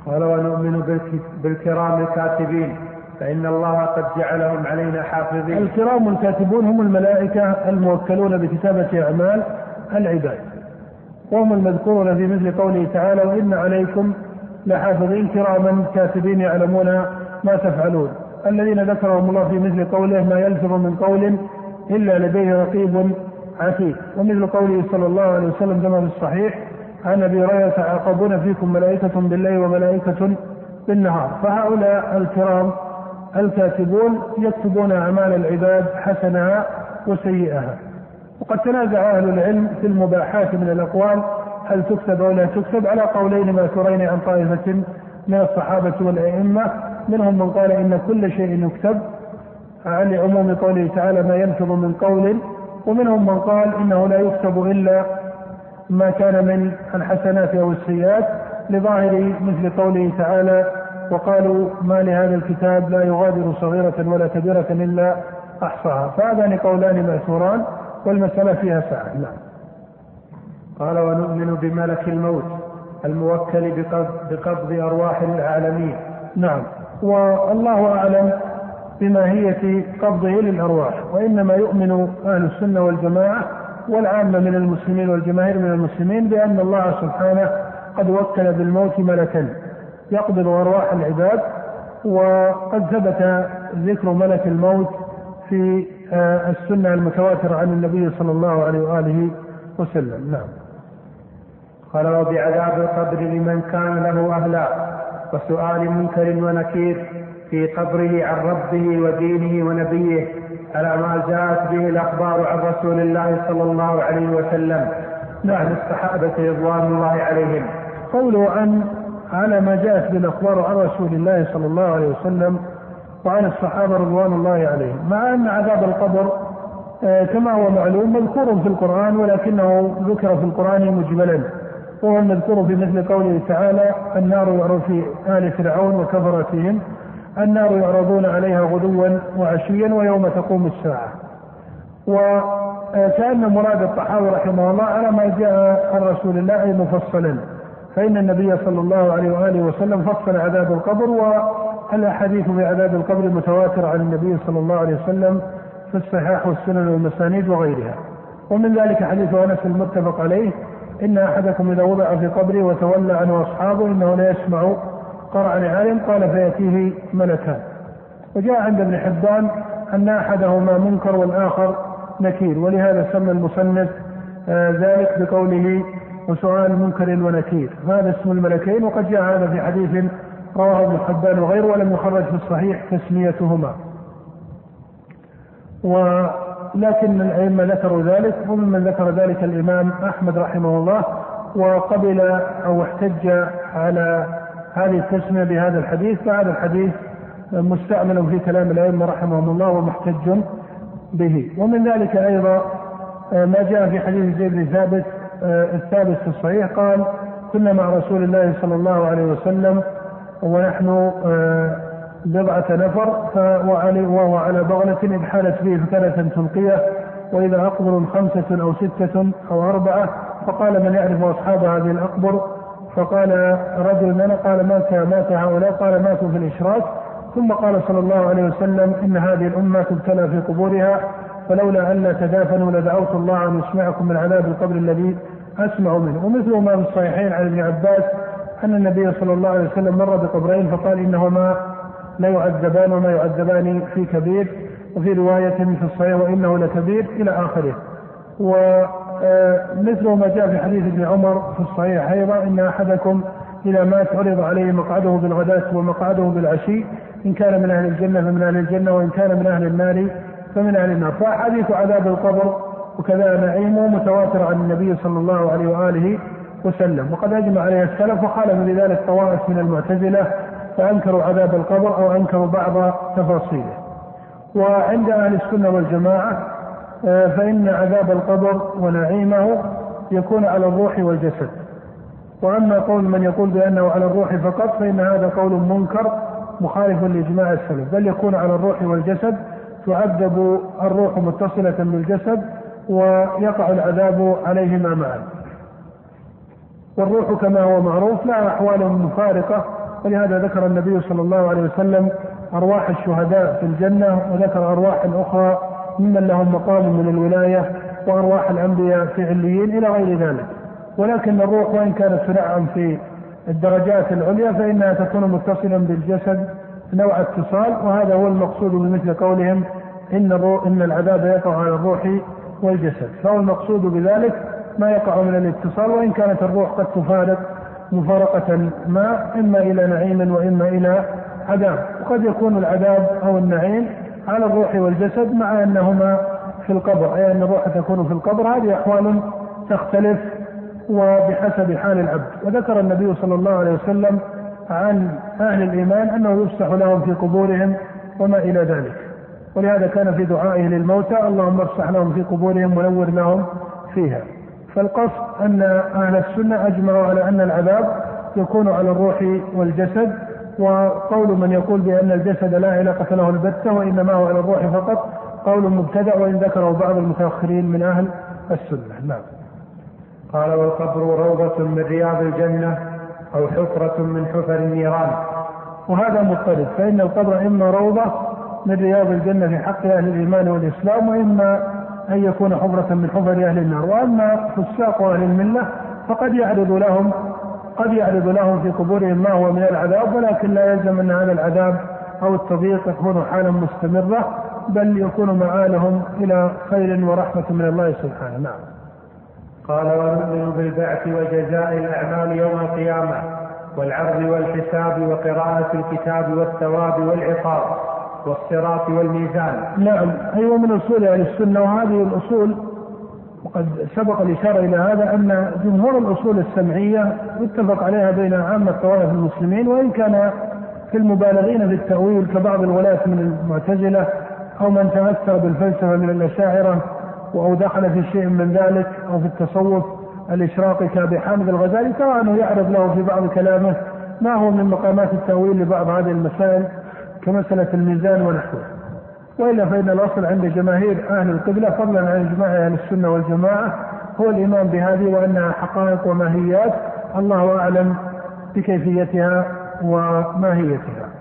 قال ونؤمن بالكرام الكاتبين فإن الله قد جعلهم علينا حافظين. الكرام الكاتبون هم الملائكة الموكلون بكتابة أعمال العباد، وهم المذكورون في مثل قوله تعالى وإن عليكم لحافظين كراما كاتبين يعلمون ما تفعلون، الذين ذكرهم الله في مثل قوله ما يلفظ من قول إلا لديه رقيب عتيد، ومثل قوله صلى الله عليه وسلم كما في الصحيح عن أبي هريرة تعاقبون فيكم ملائكة بالليل وملائكة بالنهار. فهؤلاء الكرام الكاتبون يكتبون أعمال العباد حسنها وسيئها. وقد تنازع أهل العلم في المباحات من الأقوال هل تكتب أو لا تكتب على قولين ماثورين عن طائفة من الصحابة والأئمة، منهم من قال إن كل شيء يكتب عن عموم قوله تعالى ما ينفذ من قول، ومنهم من قال إنه لا يكتب إلا ما كان من الحسنات أو السيئات لظاهر مثل قوله تعالى وقالوا ما لهذا الكتاب لا يغادر صغيرة ولا كبيرة إلا أحصاها. فهذان قولان مأثوران والمسألة فيها سعة. نعم. قال ونؤمن بملك الموت الموكل بقبض أرواح العالمين. نعم. والله أعلم بماهية قبضه للأرواح، وإنما يؤمن أهل السنة والجماعة والعامة من المسلمين والجماهير من المسلمين بأن الله سبحانه قد وكل بالموت ملكا يقبض أرواح العباد، وقد ثبت ذكر ملك الموت في السنة المتواترة عن النبي صلى الله عليه وآله وسلم. نعم. قال وبعذاب القبر لمن كان له أهلا وسؤال منكر ونكير في قبره عن ربه ودينه ونبيه على ما جاءت به الأخبار عن رسول الله صلى الله عليه وسلم وعن الصحابة رضوان الله عليهم. قوله على ما جاءت بالأخبار عن رسول الله صلى الله عليه وسلم وعن الصحابة رضوان الله عليهم، مع أن عذاب القبر كما هو معلوم مذكور في القرآن، ولكنه ذكر في القرآن مجملا، وهو المذكور في مثل قوله تعالى النار يعرض في آل فرعون وكفرتهم النار يعرضون عليها غدوا وعشيا ويوم تقوم الساعة. وكأن مراد الطحاوي رحمه الله على ما جاء عن رسول الله مفصلا، فإن النبي صلى الله عليه وآله وسلم فصل عذاب القبر، والأحاديث بعذاب القبر متواترة عن النبي صلى الله عليه وسلم في الصحاح والسنن والمسانيد وغيرها. ومن ذلك حديث أنس المتفق عليه إن أحدكم إذا وضع في قبره وتولى عنه أصحابه إنه لا يسمع قرع نعال قال فيأتيه ملكان. وجاء عند ابن حبان أن أحدهما منكر والآخر نكير، ولهذا سمى المصنف ذلك بقوله وسؤال منكر ونكير، هذا اسم الملكين. وقد جاء هذا في حديث رواه ابن حبان وغيره ولم يخرج في الصحيح تسميتهما، ولكن الأئمة ذكروا ذلك، وممن ذكر ذلك الإمام أحمد رحمه الله، وقبل أو احتج على هذه التسمية بهذا الحديث، فهذا الحديث مستعمل في كلام الأئمة رحمهم الله ومحتج به. ومن ذلك أيضا ما جاء في حديث زيد بن ثابت الثابت في الصحيح قال كنا مع رسول الله صلى الله عليه وسلم ونحن بضعة نفر وهو على بغلة إذ حالت به فكانت تلقيه وإذا أقبر 5 أو 6 أو 4، فقال من يعرف أصحاب هذه الأقبر؟ فقال رجل لنا قال مات هؤلاء، قال ماتوا في الإشراك. ثم قال صلى الله عليه وسلم إن هذه الأمة تبتلى في قبورها فلولا أن لا تدافنوا لدعوت الله أن يسمعكم من عذاب القبر الذي أسمع منه. ومثل ما في الصحيحين عن ابن عباس أن النبي صلى الله عليه وسلم مر بقبرين فقال إنهما لا يعذبان وما يعذبان في كبير، وفي رواية في الصحيح وإنه لكبير إلى آخره. ومثل ما جاء في حديث ابن عمر في الصحيح أيضا إن أحدكم إذا مات عرض عليه مقعده بالغداة ومقعده بالعشي، إن كان من أهل الجنة فمن أهل الجنة وإن كان من أهل النار فمن أهل النار. فحديث عذاب القبر وكذا نعيمه متواتر عن النبي صلى الله عليه وآله وسلم، وقد أجمع عليه السلف وخالف بذلك طوائف من المعتزلة فأنكروا عذاب القبر أو أنكروا بعض تفاصيله. وعند أهل السنة والجماعة فإن عذاب القبر ونعيمه يكون على الروح والجسد، وأما قول من يقول بأنه على الروح فقط فإن هذا قول منكر مخالف لإجماع السلف، بل يكون على الروح والجسد، تعذب الروح متصلة بالجسد ويقع العذاب عليهما معا. والروح كما هو معروف لها أحوال مفارقة ولهذا ذكر النبي صلى الله عليه وسلم أرواح الشهداء في الجنة، وذكر أرواح أخرى ممن لهم مقام من الولاية، وأرواح الأنبياء في عليين إلى غير ذلك. ولكن الروح وإن كانت تنعم في الدرجات العليا فإنها تكون متصلا بالجسد نوع اتصال، وهذا هو المقصود بمثل قولهم إن العذاب يقع على الروح والجسد. فهو المقصود بذلك ما يقع من الاتصال، وإن كانت الروح قد تفارق مفارقة ما إما إلى نعيم وإما إلى عذاب. وقد يكون العذاب أو النعيم على الروح والجسد مع أنهما في القبر، أي أن الروح تكون في القبر. هذه أحوال تختلف وبحسب حال العبد. وذكر النبي صلى الله عليه وسلم عن أهل الإيمان أنه يفسح لهم في قبورهم وما إلى ذلك، ولهذا كان في دعائه للموتى اللهم افسح لهم في قبورهم ونور لهم فيها. فالقصد أن أهل السنة أجمعوا على أن العذاب يكون على الروح والجسد، وقول من يقول بأن الجسد لا علاقة له البتة وإنما هو على الروح فقط قول مبتدع، وإن ذكره بعض المتأخرين من أهل السنة. نعم. قال: والقبر روضة من رياض الجنة أو حفرة من حفر النيران. وهذا مضطرد، فإن القبر إما روضة من رياض الجنة في حق أهل الإيمان والإسلام، وإما أن يكون حفرة من حفر أهل النار. وأما فساق أهل الملة فقد يعرض لهم في قبورهم ما هو من العذاب، ولكن لا يلزم أن هذا العذاب أو التضييق يكون حالا مستمرة، بل يكون مآلهم إلى خير ورحمة من الله سبحانه. نعم. قال: ونؤمن بالبعث وجزاء الأعمال يوم القيامة والعرض والحساب وقراءة الكتاب والثواب والعقاب والصراط والميزان. نعم، أيوة، من أصول أهل السنة. وهذه الأصول وقد سبق الإشارة إلى هذا أن جمهور الأصول السمعية اتفق عليها بين عامة طوائف المسلمين، وإن كان في المبالغين في التأويل كبعض الولاة من المعتزلة أو من تمثل بالفلسفة من الأشاعرة أو دخل في شيء من ذلك، أو في التصوف الإشراقي كأبي حامد الغزالي، ترى أنه يعرض له في بعض كلامه ما هو من مقامات التأويل لبعض هذه المسائل كمسألة الميزان ونحوه. وإلا فإن الأصل عند جماهير أهل القبلة فضلا عن إجماع أهل السنة والجماعة هو الإيمان بهذه، وأنها حقائق وماهيات الله أعلم بكيفيتها وماهيتها.